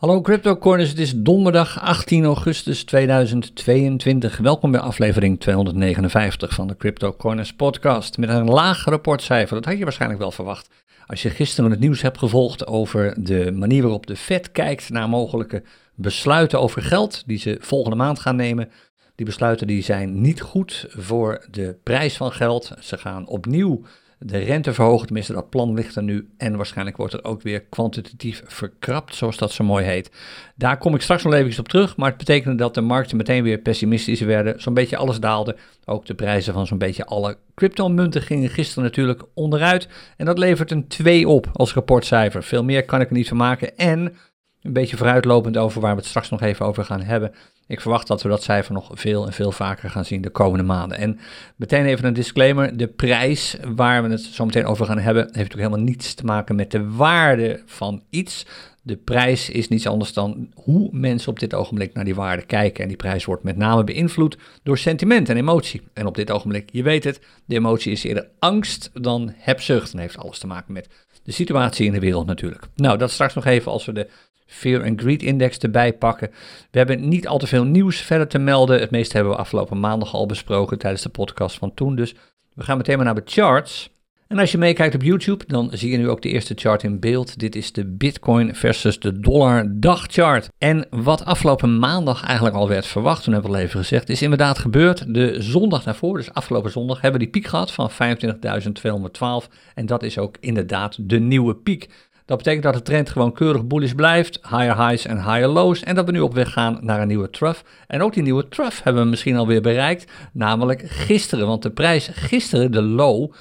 Hallo CryptoCorners, het is donderdag 18 augustus 2022. Welkom bij aflevering 259 van de CryptoCorners podcast met een laag rapportcijfer. Dat had je waarschijnlijk wel verwacht. Als je gisteren het nieuws hebt gevolgd over de manier waarop de Fed kijkt naar mogelijke besluiten over geld die ze volgende maand gaan nemen. Die besluiten die zijn niet goed voor de prijs van geld. Ze gaan opnieuw de rente verhogen, tenminste dat plan ligt er nu en waarschijnlijk wordt er ook weer kwantitatief verkrapt, zoals dat zo mooi heet. Daar kom ik straks nog even op terug, maar het betekende dat de markten meteen weer pessimistisch werden, zo'n beetje alles daalde. Ook de prijzen van zo'n beetje alle cryptomunten gingen gisteren natuurlijk onderuit en dat levert een 2 op als rapportcijfer. Veel meer kan ik er niet van maken en een beetje vooruitlopend over waar we het straks nog even over gaan hebben. Ik verwacht dat we dat cijfer nog veel en veel vaker gaan zien de komende maanden. En meteen even een disclaimer, de prijs waar we het zo meteen over gaan hebben, heeft natuurlijk helemaal niets te maken met de waarde van iets. De prijs is niets anders dan hoe mensen op dit ogenblik naar die waarde kijken. En die prijs wordt met name beïnvloed door sentiment en emotie. En op dit ogenblik, je weet het, de emotie is eerder angst dan hebzucht. En heeft alles te maken met de situatie in de wereld natuurlijk. Nou, dat straks nog even als we de Fear and Greed Index erbij pakken. We hebben niet al te veel nieuws verder te melden. Het meeste hebben we afgelopen maandag al besproken tijdens de podcast van toen. Dus we gaan meteen maar naar de charts. En als je meekijkt op YouTube, dan zie je nu ook de eerste chart in beeld. Dit is de Bitcoin versus de dollar dagchart. En wat afgelopen maandag eigenlijk al werd verwacht, toen hebben we al even gezegd, is inderdaad gebeurd. De zondag daarvoor, dus afgelopen zondag, hebben we die piek gehad van 25.212. En dat is ook inderdaad de nieuwe piek. Dat betekent dat de trend gewoon keurig bullish blijft, higher highs en higher lows, en dat we nu op weg gaan naar een nieuwe trough. En ook die nieuwe trough hebben we misschien alweer bereikt, namelijk gisteren, want de prijs gisteren, de low,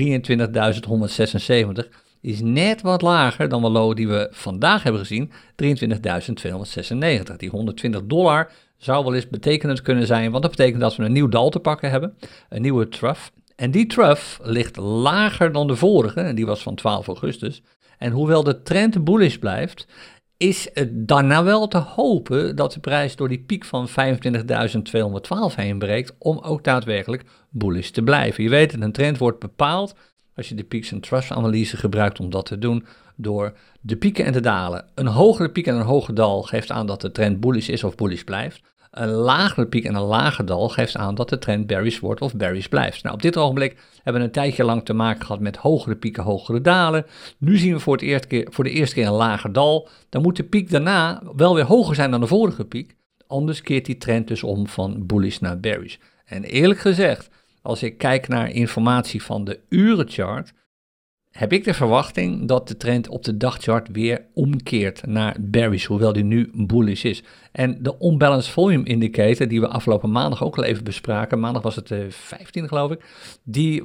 23.176, is net wat lager dan de low die we vandaag hebben gezien, 23.296. Die $120 zou wel eens betekenend kunnen zijn, want dat betekent dat we een nieuw dal te pakken hebben, een nieuwe trough. En die trough ligt lager dan de vorige, en die was van 12 augustus. En hoewel de trend bullish blijft, is het daarna wel te hopen dat de prijs door die piek van 25.212 heen breekt om ook daadwerkelijk bullish te blijven. Je weet het, een trend wordt bepaald als je de peaks en troughs analyse gebruikt om dat te doen door de pieken en de dalen. Een hogere piek en een hoger dal geeft aan dat de trend bullish is of bullish blijft. Een lagere piek en een lager dal geeft aan dat de trend bearish wordt of bearish blijft. Nou, op dit ogenblik hebben we een tijdje lang te maken gehad met hogere pieken, hogere dalen. Nu zien we voor de eerste keer een lager dal. Dan moet de piek daarna wel weer hoger zijn dan de vorige piek. Anders keert die trend dus om van bullish naar bearish. En eerlijk gezegd, als ik kijk naar informatie van de urenchart, heb ik de verwachting dat de trend op de dagchart weer omkeert naar bearish, hoewel die nu bullish is. En de Unbalanced Volume Indicator, die we afgelopen maandag ook al even bespraken, maandag was het 15 geloof ik, die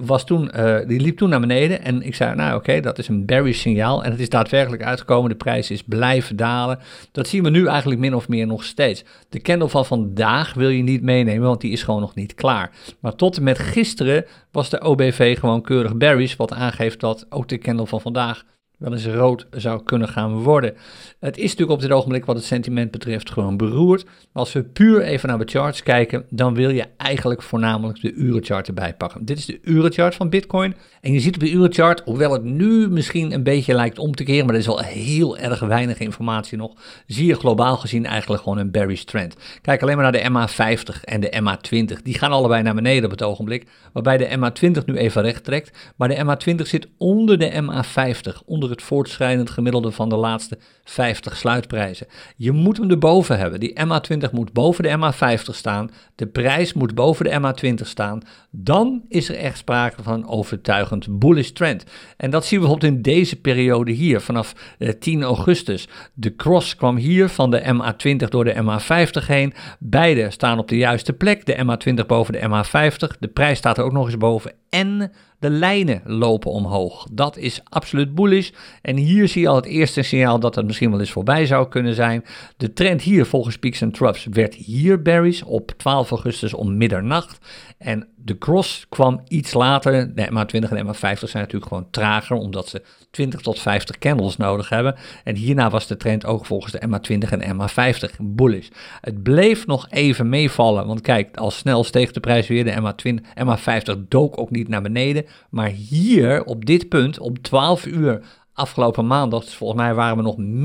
liep toen naar beneden en ik zei, nou oké, dat is een bearish signaal en het is daadwerkelijk uitgekomen, de prijs is blijven dalen. Dat zien we nu eigenlijk min of meer nog steeds. De candle van vandaag wil je niet meenemen, want die is gewoon nog niet klaar. Maar tot en met gisteren was de OBV gewoon keurig bearish, wat aangeeft dat ook de candle van vandaag wel eens rood zou kunnen gaan worden. Het is natuurlijk op dit ogenblik wat het sentiment betreft gewoon beroerd. Maar als we puur even naar de charts kijken, dan wil je eigenlijk voornamelijk de urenchart erbij pakken. Dit is de urenchart van Bitcoin. En je ziet op de urenchart, hoewel het nu misschien een beetje lijkt om te keren, maar er is wel heel erg weinig informatie nog, zie je globaal gezien eigenlijk gewoon een bearish trend. Kijk alleen maar naar de MA50 en de MA20. Die gaan allebei naar beneden op het ogenblik, waarbij de MA20 nu even recht trekt. Maar de MA20 zit onder de MA50, onder het voortschrijdend gemiddelde van de laatste 50 sluitprijzen. Je moet hem erboven hebben. Die MA20 moet boven de MA50 staan. De prijs moet boven de MA20 staan. Dan is er echt sprake van een overtuigend bullish trend. En dat zien we bijvoorbeeld in deze periode hier, vanaf 10 augustus. De cross kwam hier van de MA20 door de MA50 heen. Beide staan op de juiste plek. De MA20 boven de MA50. De prijs staat er ook nog eens boven. En de lijnen lopen omhoog. Dat is absoluut bullish. En hier zie je al het eerste signaal dat het misschien wel eens voorbij zou kunnen zijn. De trend hier volgens peaks en troughs werd hier bearish op 12 augustus om middernacht. En de cross kwam iets later. De MA20 en de MA50 zijn natuurlijk gewoon trager, omdat ze 20 tot 50 candles nodig hebben. En hierna was de trend ook volgens de MA20 en de MA50 bullish. Het bleef nog even meevallen, want kijk, al snel steeg de prijs weer. De MA50 dook ook niet naar beneden. Maar hier, op dit punt, om 12 uur Afgelopen maandag, dus volgens mij waren we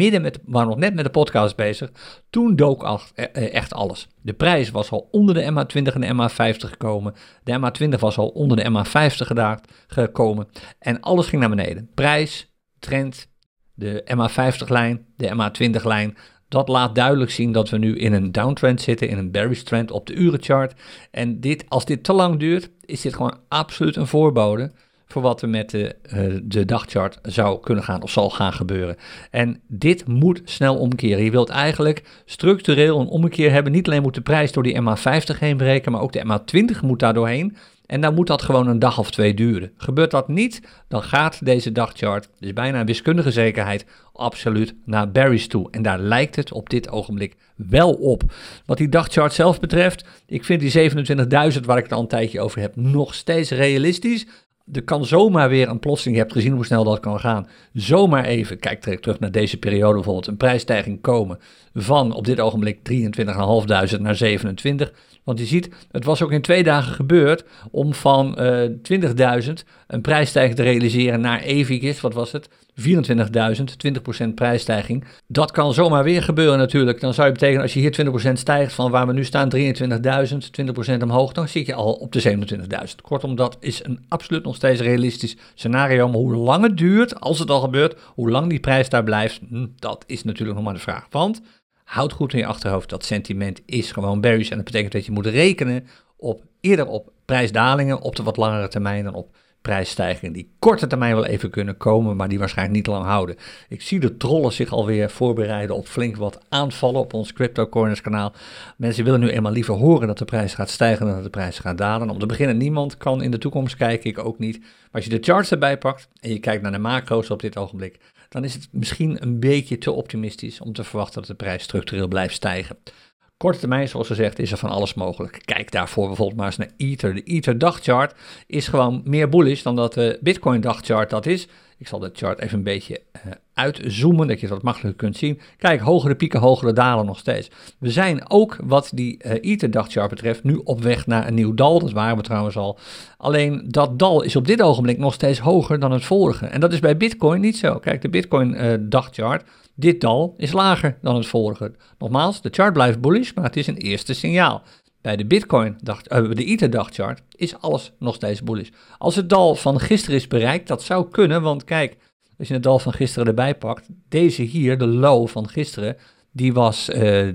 nog net met de podcast bezig. Toen dook echt alles. De prijs was al onder de MA20 en de MA50 gekomen. De MA20 was al onder de MA50 gekomen. En alles ging naar beneden. Prijs, trend, de MA50-lijn, de MA20-lijn. Dat laat duidelijk zien dat we nu in een downtrend zitten, in een bearish trend op de urenchart. En als dit te lang duurt, is dit gewoon absoluut een voorbode voor wat er met de dagchart zou kunnen gaan of zal gaan gebeuren. En dit moet snel omkeren. Je wilt eigenlijk structureel een ommekeer hebben. Niet alleen moet de prijs door die MA50 heen breken, maar ook de MA20 moet daar doorheen. En dan moet dat gewoon een dag of 2 duren. Gebeurt dat niet, dan gaat deze dagchart, dus bijna een wiskundige zekerheid, absoluut naar bearish toe. En daar lijkt het op dit ogenblik wel op. Wat die dagchart zelf betreft, ik vind die 27.000 waar ik het al een tijdje over heb, nog steeds realistisch. Er kan zomaar weer een plotseling, je hebt gezien hoe snel dat kan gaan, zomaar even, kijk terug naar deze periode bijvoorbeeld, een prijsstijging komen van op dit ogenblik 23.500 naar 27. Want je ziet, het was ook in 2 dagen gebeurd om van 20.000 een prijsstijging te realiseren naar eventjes, wat was het, 24.000, 20% prijsstijging. Dat kan zomaar weer gebeuren natuurlijk. Dan zou je betekenen, als je hier 20% stijgt van waar we nu staan, 23.000, 20% omhoog, dan zit je al op de 27.000. Kortom, dat is een absoluut nog steeds realistisch scenario. Maar hoe lang het duurt, als het al gebeurt, hoe lang die prijs daar blijft, dat is natuurlijk nog maar de vraag. Want houd goed in je achterhoofd, dat sentiment is gewoon bearish. En dat betekent dat je moet rekenen eerder op prijsdalingen op de wat langere termijn dan op prijsstijgingen die korte termijn wel even kunnen komen, maar die waarschijnlijk niet lang houden. Ik zie de trollen zich alweer voorbereiden op flink wat aanvallen op ons Crypto Corners kanaal. Mensen willen nu eenmaal liever horen dat de prijs gaat stijgen dan dat de prijs gaat dalen. Om te beginnen, niemand kan in de toekomst kijken, ik ook niet. Maar als je de charts erbij pakt en je kijkt naar de macro's op dit ogenblik, dan is het misschien een beetje te optimistisch om te verwachten dat de prijs structureel blijft stijgen. Korte termijn, zoals gezegd, is er van alles mogelijk. Kijk daarvoor bijvoorbeeld maar eens naar Ether. De Ether dagchart is gewoon meer bullish dan dat de Bitcoin dagchart dat is. Ik zal de chart even een beetje uitzoomen, dat je het wat makkelijker kunt zien. Kijk, hogere pieken, hogere dalen nog steeds. We zijn ook, wat die Ether dagchart betreft, nu op weg naar een nieuw dal. Dat waren we trouwens al. Alleen dat dal is op dit ogenblik nog steeds hoger dan het vorige. En dat is bij Bitcoin niet zo. Kijk, de Bitcoin dagchart, dit dal is lager dan het vorige. Nogmaals, de chart blijft bullish, maar het is een eerste signaal. Bij de de Ether dagchart is alles nog steeds bullish. Als het dal van gisteren is bereikt, dat zou kunnen, want kijk, als je het dal van gisteren erbij pakt, deze hier, de low van gisteren, die was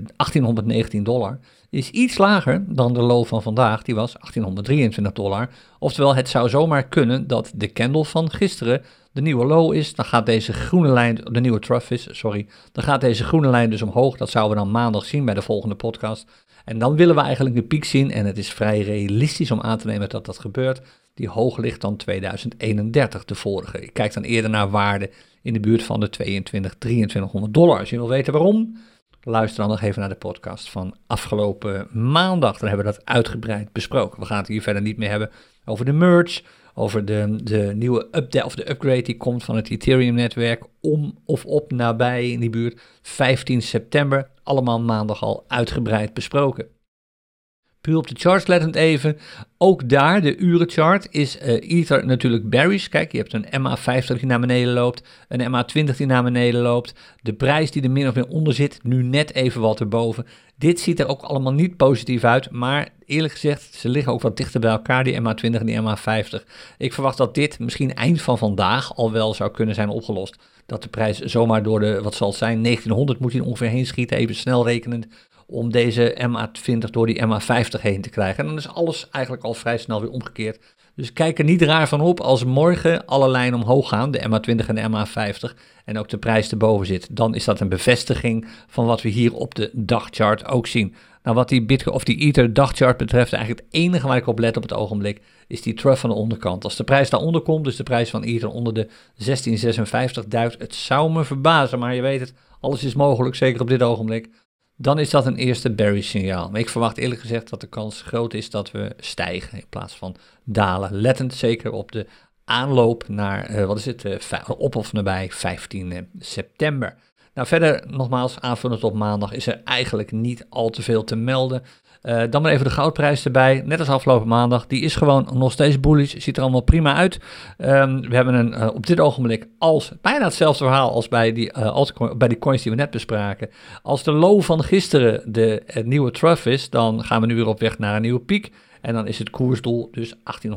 $1.819, is iets lager dan de low van vandaag, die was $1.823. Oftewel, het zou zomaar kunnen dat de candle van gisteren de nieuwe low is, dan gaat deze groene lijn, de nieuwe trough is, dan gaat deze groene lijn dus omhoog. Dat zouden we dan maandag zien bij de volgende podcast. En dan willen we eigenlijk de piek zien en het is vrij realistisch om aan te nemen dat dat gebeurt. Die hoger ligt dan 2031, de vorige. Ik kijk dan eerder naar waarden in de buurt van de $2.200-$2.300. Als je wil weten waarom, luister dan nog even naar de podcast van afgelopen maandag. Dan hebben we dat uitgebreid besproken. We gaan het hier verder niet meer hebben over de merge, over de nieuwe update of de upgrade die komt van het Ethereum-netwerk om of op nabij in die buurt 15 september. Allemaal maandag al uitgebreid besproken. Puur op de charts lettend even, ook daar, de urenchart, is Ether natuurlijk bearish. Kijk, je hebt een MA50 die naar beneden loopt, een MA20 die naar beneden loopt. De prijs die er min of meer onder zit, nu net even wat erboven. Dit ziet er ook allemaal niet positief uit, maar eerlijk gezegd, ze liggen ook wat dichter bij elkaar, die MA20 en die MA50. Ik verwacht dat dit misschien eind van vandaag al wel zou kunnen zijn opgelost. Dat de prijs zomaar door de, wat zal het zijn, 1900 moet hij ongeveer heen schieten, even snel rekenend, om deze MA20 door die MA50 heen te krijgen. En dan is alles eigenlijk al vrij snel weer omgekeerd. Dus kijk er niet raar van op als morgen alle lijnen omhoog gaan, de MA20 en de MA50, en ook de prijs erboven zit. Dan is dat een bevestiging van wat we hier op de dagchart ook zien. Nou, wat die Bitcoin of die Ether dagchart betreft, eigenlijk het enige waar ik op let op het ogenblik, is die trough van de onderkant. Als de prijs daaronder komt, dus de prijs van Ether onder de 1656 duikt, het zou me verbazen, maar je weet het, alles is mogelijk, zeker op dit ogenblik. Dan is dat een eerste bearish signaal. Maar ik verwacht eerlijk gezegd dat de kans groot is dat we stijgen in plaats van dalen. Lettend zeker op de aanloop naar, op of nabij 15 september. Nou, verder nogmaals, aanvullend op maandag is er eigenlijk niet al te veel te melden. Dan maar even de goudprijs erbij, net als afgelopen maandag. Die is gewoon nog steeds bullish, ziet er allemaal prima uit. We hebben op dit ogenblik bijna hetzelfde verhaal als bij die coins die we net bespraken. Als de low van gisteren het nieuwe trough is, dan gaan we nu weer op weg naar een nieuwe piek. En dan is het koersdoel dus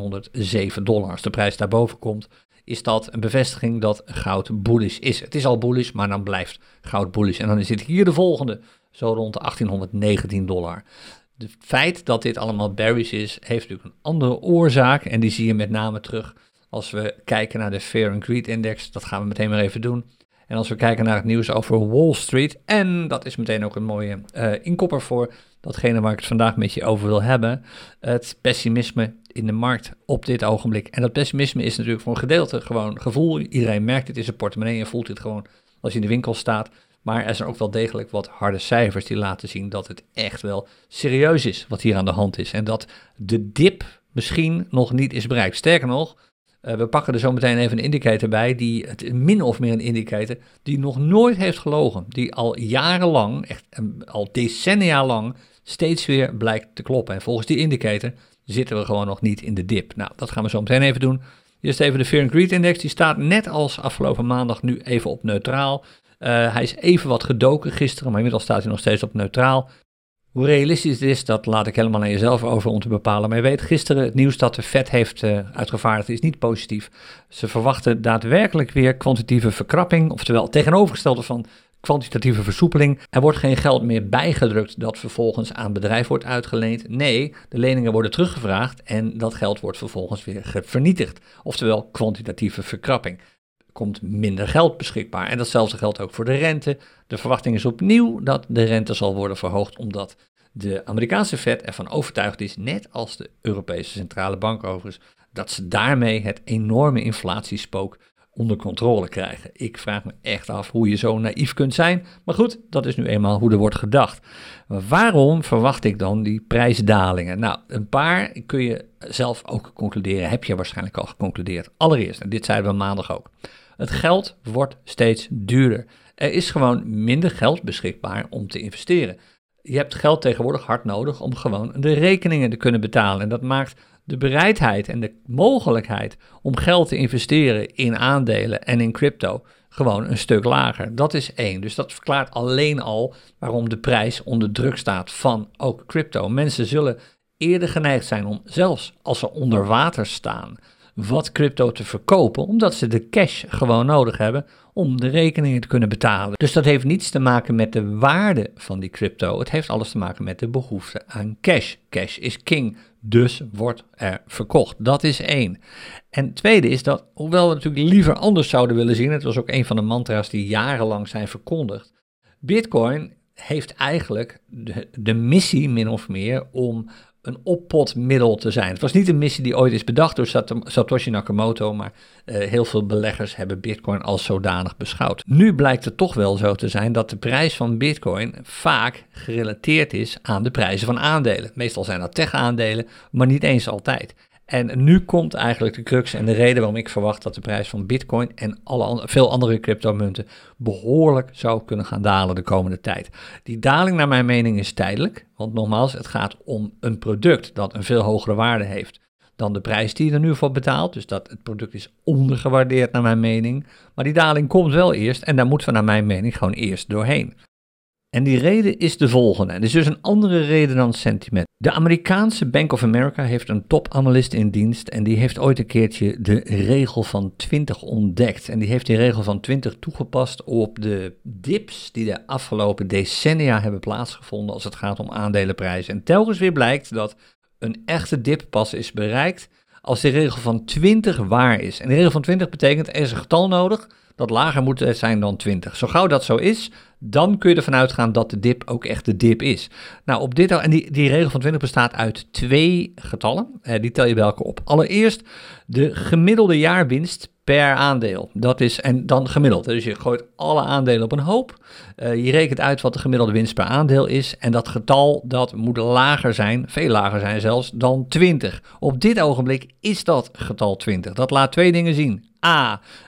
$1.807. Als de prijs daarboven komt, is dat een bevestiging dat goud bullish is. Het is al bullish, maar dan blijft goud bullish. En dan is dit hier de volgende, zo rond de $1.819. Het feit dat dit allemaal bearish is, heeft natuurlijk een andere oorzaak. En die zie je met name terug als we kijken naar de Fear and Greed Index. Dat gaan we meteen maar even doen. En als we kijken naar het nieuws over Wall Street, en dat is meteen ook een mooie inkopper voor datgene waar ik het vandaag met je over wil hebben, het pessimisme in de markt op dit ogenblik. En dat pessimisme is natuurlijk voor een gedeelte gewoon gevoel. Iedereen merkt het in zijn portemonnee en voelt het gewoon als je in de winkel staat. Maar er zijn ook wel degelijk wat harde cijfers die laten zien dat het echt wel serieus is wat hier aan de hand is. En dat de dip misschien nog niet is bereikt. Sterker nog, we pakken er zo meteen even een indicator bij, min of meer een indicator, die nog nooit heeft gelogen. Die al jarenlang, echt al decennia lang, steeds weer blijkt te kloppen. En volgens die indicator zitten we gewoon nog niet in de dip. Nou, dat gaan we zo meteen even doen. Eerst even de Fear and Greed Index. Die staat net als afgelopen maandag nu even op neutraal. Hij is even wat gedoken gisteren, maar inmiddels staat hij nog steeds op neutraal. Hoe realistisch het is, dat laat ik helemaal aan jezelf over om te bepalen. Maar je weet, gisteren het nieuws dat de Fed heeft uitgevaardigd is niet positief. Ze verwachten daadwerkelijk weer kwantitatieve verkrapping, oftewel tegenovergestelde van kwantitatieve versoepeling. Er wordt geen geld meer bijgedrukt dat vervolgens aan bedrijf wordt uitgeleend. Nee, de leningen worden teruggevraagd en dat geld wordt vervolgens weer vernietigd. Oftewel kwantitatieve verkrapping. Er komt minder geld beschikbaar en datzelfde geldt ook voor de rente. De verwachting is opnieuw dat de rente zal worden verhoogd omdat de Amerikaanse Fed ervan overtuigd is, net als de Europese Centrale Bank overigens, dat ze daarmee het enorme inflatiespook onder controle krijgen. Ik vraag me echt af hoe je zo naïef kunt zijn. Maar goed, dat is nu eenmaal hoe er wordt gedacht. Maar waarom verwacht ik dan die prijsdalingen? Nou, een paar kun je zelf ook concluderen. Heb je waarschijnlijk al geconcludeerd. Allereerst, en dit zeiden we maandag ook. Het geld wordt steeds duurder. Er is gewoon minder geld beschikbaar om te investeren. Je hebt geld tegenwoordig hard nodig om gewoon de rekeningen te kunnen betalen. En dat maakt de bereidheid en de mogelijkheid om geld te investeren in aandelen en in crypto gewoon een stuk lager. Dat is één. Dus dat verklaart alleen al waarom de prijs onder druk staat van ook crypto. Mensen zullen eerder geneigd zijn om, zelfs als ze onder water staan, wat crypto te verkopen, omdat ze de cash gewoon nodig hebben om de rekeningen te kunnen betalen. Dus dat heeft niets te maken met de waarde van die crypto. Het heeft alles te maken met de behoefte aan cash. Cash is king, dus wordt er verkocht. Dat is één. En het tweede is dat, hoewel we natuurlijk liever anders zouden willen zien, het was ook een van de mantra's die jarenlang zijn verkondigd, Bitcoin heeft eigenlijk de missie min of meer om een oppotmiddel te zijn. Het was niet een missie die ooit is bedacht door Satoshi Nakamoto, maar heel veel beleggers hebben Bitcoin als zodanig beschouwd. Nu blijkt het toch wel zo te zijn dat de prijs van Bitcoin vaak gerelateerd is aan de prijzen van aandelen. Meestal zijn dat tech-aandelen, maar niet eens altijd. En nu komt eigenlijk de crux en de reden waarom ik verwacht dat de prijs van Bitcoin en veel andere cryptomunten behoorlijk zou kunnen gaan dalen de komende tijd. Die daling naar mijn mening is tijdelijk, want nogmaals, het gaat om een product dat een veel hogere waarde heeft dan de prijs die je er nu voor betaalt. Dus dat het product is ondergewaardeerd naar mijn mening. Maar die daling komt wel eerst en daar moeten we naar mijn mening gewoon eerst doorheen. En die reden is de volgende. Het is dus een andere reden dan sentiment. De Amerikaanse Bank of America heeft een topanalist in dienst en die heeft ooit een keertje de regel van 20 ontdekt. En die heeft die regel van 20 toegepast op de dips die de afgelopen decennia hebben plaatsgevonden als het gaat om aandelenprijzen. En telkens weer blijkt dat een echte dip pas is bereikt als de regel van 20 waar is. En de regel van 20 betekent er is een getal nodig dat lager moet zijn dan 20. Zo gauw dat zo is, dan kun je ervan uitgaan dat de dip ook echt de dip is. Nou, en die regel van 20 bestaat uit 2 getallen. Die tel je bij elkaar op. Allereerst de gemiddelde jaarwinst per aandeel. Dat is, en dan gemiddeld. Dus je gooit alle aandelen op een hoop. Je rekent uit wat de gemiddelde winst per aandeel is. En dat getal, dat moet lager zijn, veel lager zijn zelfs, dan 20. Op dit ogenblik is dat getal 20. Dat laat 2 dingen zien. A,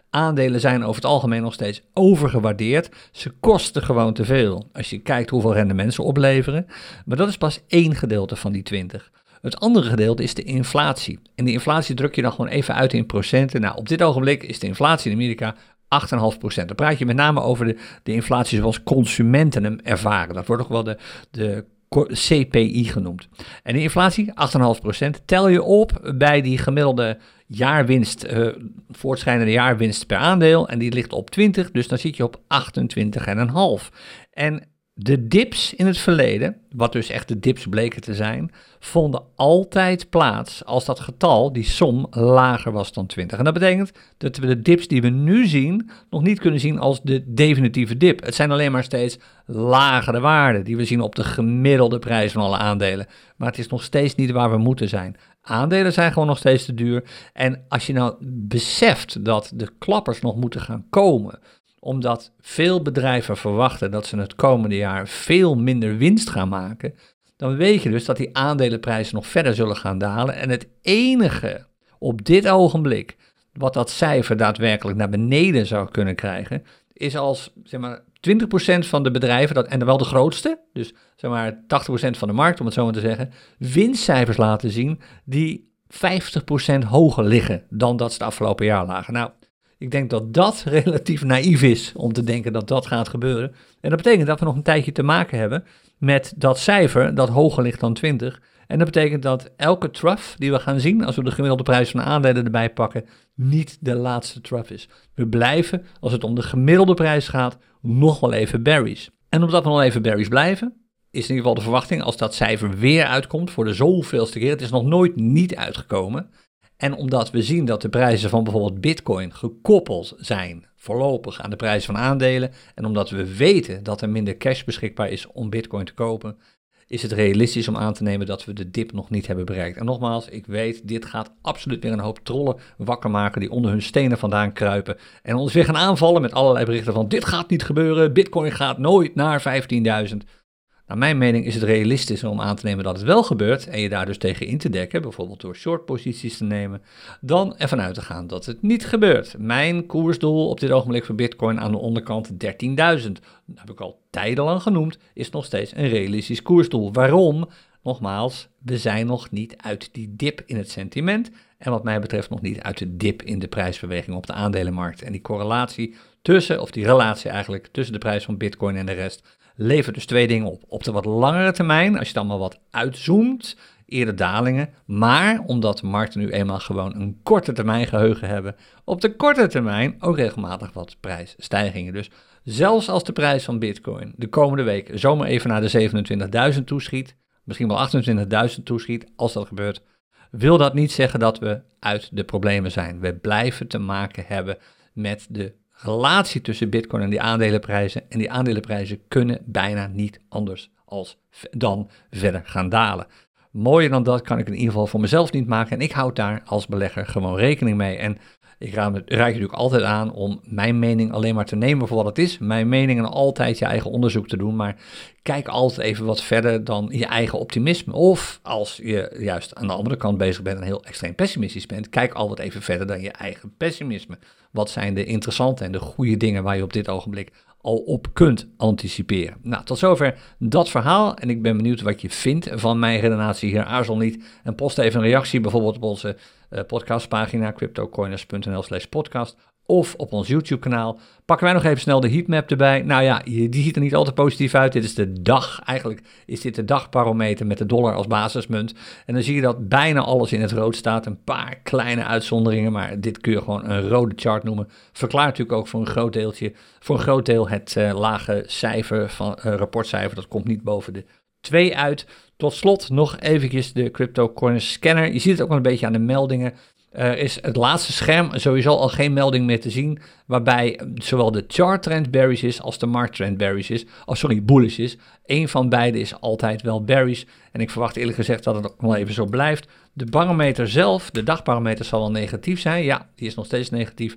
Aandelen zijn over het algemeen nog steeds overgewaardeerd. Ze kosten gewoon te veel. Als je kijkt hoeveel rendement ze opleveren. Maar dat is pas één gedeelte van die 20. Het andere gedeelte is de inflatie. En die inflatie druk je dan gewoon even uit in procenten. Nou, op dit ogenblik is de inflatie in Amerika 8,5%. Dan praat je met name over de inflatie zoals consumenten hem ervaren. Dat wordt ook wel de CPI genoemd. En die inflatie, 8,5%, tel je op bij die gemiddelde jaarwinst, voortschrijdende jaarwinst per aandeel. En die ligt op 20, dus dan zit je op 28,5. En de dips in het verleden, wat dus echt de dips bleken te zijn, vonden altijd plaats als dat getal, die som, lager was dan 20. En dat betekent dat we de dips die we nu zien, nog niet kunnen zien als de definitieve dip. Het zijn alleen maar steeds lagere waarden die we zien op de gemiddelde prijs van alle aandelen. Maar het is nog steeds niet waar we moeten zijn. Aandelen zijn gewoon nog steeds te duur. En als je nou beseft dat de klappers nog moeten gaan komen, omdat veel bedrijven verwachten dat ze het komende jaar veel minder winst gaan maken, dan weet je dus dat die aandelenprijzen nog verder zullen gaan dalen. En het enige op dit ogenblik wat dat cijfer daadwerkelijk naar beneden zou kunnen krijgen, is als zeg maar 20% van de bedrijven, en dan wel de grootste, dus zeg maar 80% van de markt om het zo maar te zeggen, winstcijfers laten zien die 50% hoger liggen dan dat ze het afgelopen jaar lagen. Nou, ik denk dat dat relatief naïef is om te denken dat dat gaat gebeuren. En dat betekent dat we nog een tijdje te maken hebben met dat cijfer dat hoger ligt dan 20. En dat betekent dat elke trough die we gaan zien, als we de gemiddelde prijs van de aandelen erbij pakken, niet de laatste trough is. We blijven, als het om de gemiddelde prijs gaat, nog wel even bearish. En omdat we nog even bearish blijven, is in ieder geval de verwachting, als dat cijfer weer uitkomt voor de zoveelste keer, het is nog nooit niet uitgekomen. En omdat we zien dat de prijzen van bijvoorbeeld Bitcoin gekoppeld zijn voorlopig aan de prijs van aandelen, en omdat we weten dat er minder cash beschikbaar is om Bitcoin te kopen, is het realistisch om aan te nemen dat we de dip nog niet hebben bereikt. En nogmaals, ik weet, dit gaat absoluut weer een hoop trollen wakker maken die onder hun stenen vandaan kruipen en ons weer gaan aanvallen met allerlei berichten van dit gaat niet gebeuren, Bitcoin gaat nooit naar 15.000. Naar mijn mening is het realistisch om aan te nemen dat het wel gebeurt en je daar dus tegen in te dekken, bijvoorbeeld door shortposities te nemen, dan ervan uit te gaan dat het niet gebeurt. Mijn koersdoel op dit ogenblik voor Bitcoin aan de onderkant 13.000, dat heb ik al tijdenlang genoemd, is nog steeds een realistisch koersdoel. Waarom? Nogmaals, we zijn nog niet uit die dip in het sentiment en wat mij betreft nog niet uit de dip in de prijsbeweging op de aandelenmarkt. En die correlatie tussen, of die relatie eigenlijk, tussen de prijs van Bitcoin en de rest, levert dus twee dingen op. Op de wat langere termijn, als je het allemaal wat uitzoomt, eerder dalingen. Maar omdat de markten nu eenmaal gewoon een korte termijn geheugen hebben, op de korte termijn ook regelmatig wat prijsstijgingen. Dus zelfs als de prijs van Bitcoin de komende week zomaar even naar de 27.000 toeschiet, misschien wel 28.000 toeschiet, als dat gebeurt, wil dat niet zeggen dat we uit de problemen zijn. We blijven te maken hebben met de relatie tussen Bitcoin en die aandelenprijzen. En die aandelenprijzen kunnen bijna niet anders dan verder gaan dalen. Mooier dan dat kan ik in ieder geval voor mezelf niet maken. En ik houd daar als belegger gewoon rekening mee. En ik raad je natuurlijk altijd aan om mijn mening alleen maar te nemen voor wat het is. Mijn mening en altijd je eigen onderzoek te doen. Maar kijk altijd even wat verder dan je eigen optimisme. Of als je juist aan de andere kant bezig bent en heel extreem pessimistisch bent, kijk altijd even verder dan je eigen pessimisme. Wat zijn de interessante en de goede dingen waar je op dit ogenblik al op kunt anticiperen? Nou, tot zover dat verhaal. En ik ben benieuwd wat je vindt van mijn redenatie hier. Aarzel niet en post even een reactie bijvoorbeeld op onze podcastpagina cryptocoiners.nl/podcast of op ons YouTube-kanaal. Pakken wij nog even snel de heatmap erbij. Nou ja, die ziet er niet al te positief uit. Dit is de dag. Eigenlijk is dit de dagbarometer met de dollar als basismunt. En dan zie je dat bijna alles in het rood staat. Een paar kleine uitzonderingen, maar dit kun je gewoon een rode chart noemen. Verklaart natuurlijk ook voor een groot deel het lage cijfer van rapportcijfer. Dat komt niet boven de 2 uit. Tot slot nog eventjes de CryptoCoiners scanner. Je ziet het ook wel een beetje aan de meldingen. Is het laatste scherm sowieso al geen melding meer te zien, waarbij zowel de charttrend bearish is als de markttrend bearish is. Bullish is. Eén van beide is altijd wel bearish. En ik verwacht eerlijk gezegd dat het ook nog even zo blijft. De barometer zelf, de dagbarometer zal wel negatief zijn. Ja, die is nog steeds negatief.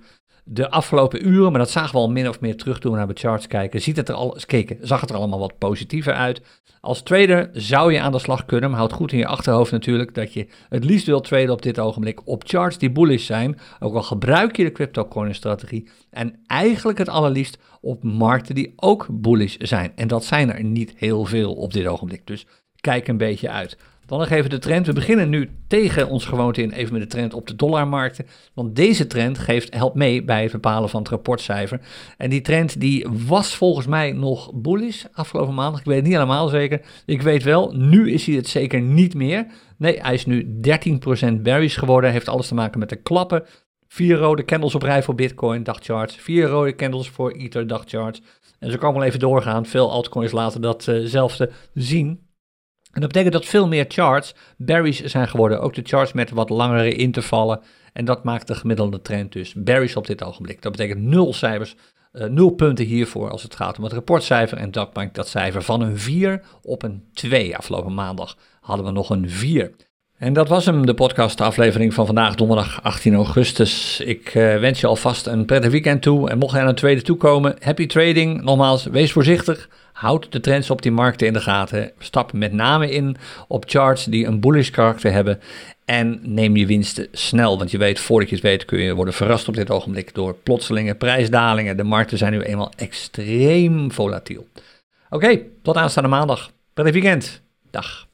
De afgelopen uren, maar dat zagen we al min of meer terug toen we naar de charts kijken, zag het er allemaal wat positiever uit. Als trader zou je aan de slag kunnen, maar houd goed in je achterhoofd natuurlijk dat je het liefst wilt traden op dit ogenblik op charts die bullish zijn, ook al gebruik je de cryptocurrency strategie en eigenlijk het allerliefst op markten die ook bullish zijn. En dat zijn er niet heel veel op dit ogenblik, dus kijk een beetje uit. Dan nog even de trend. We beginnen nu tegen ons gewoonte in even met de trend op de dollarmarkten. Want deze trend helpt mee bij het bepalen van het rapportcijfer. En die trend die was volgens mij nog bullish afgelopen maandag. Ik weet het niet helemaal zeker. Ik weet wel, nu is hij het zeker niet meer. Nee, hij is nu 13% bearish geworden. Heeft alles te maken met de klappen. 4 rode candles op rij voor Bitcoin, dagcharts. 4 rode candles voor Ether, dagcharts. En zo kan wel even doorgaan. Veel altcoins laten datzelfde zien. En dat betekent dat veel meer charts bearish zijn geworden. Ook de charts met wat langere intervallen. En dat maakt de gemiddelde trend dus bearish op dit ogenblik. Dat betekent 0 punten hiervoor als het gaat om het rapportcijfer. En dat maakt dat cijfer van een 4 op een 2. Afgelopen maandag hadden we nog een 4. En dat was hem, de podcastaflevering van vandaag, donderdag 18 augustus. Ik wens je alvast een prettig weekend toe. En mocht je aan een tweede toekomen, happy trading. Nogmaals, wees voorzichtig. Houd de trends op die markten in de gaten. Stap met name in op charts die een bullish karakter hebben. En neem je winsten snel. Want je weet, voordat je het weet, kun je worden verrast op dit ogenblik door plotselinge prijsdalingen. De markten zijn nu eenmaal extreem volatiel. Oké, tot aanstaande maandag. Prettig weekend. Dag.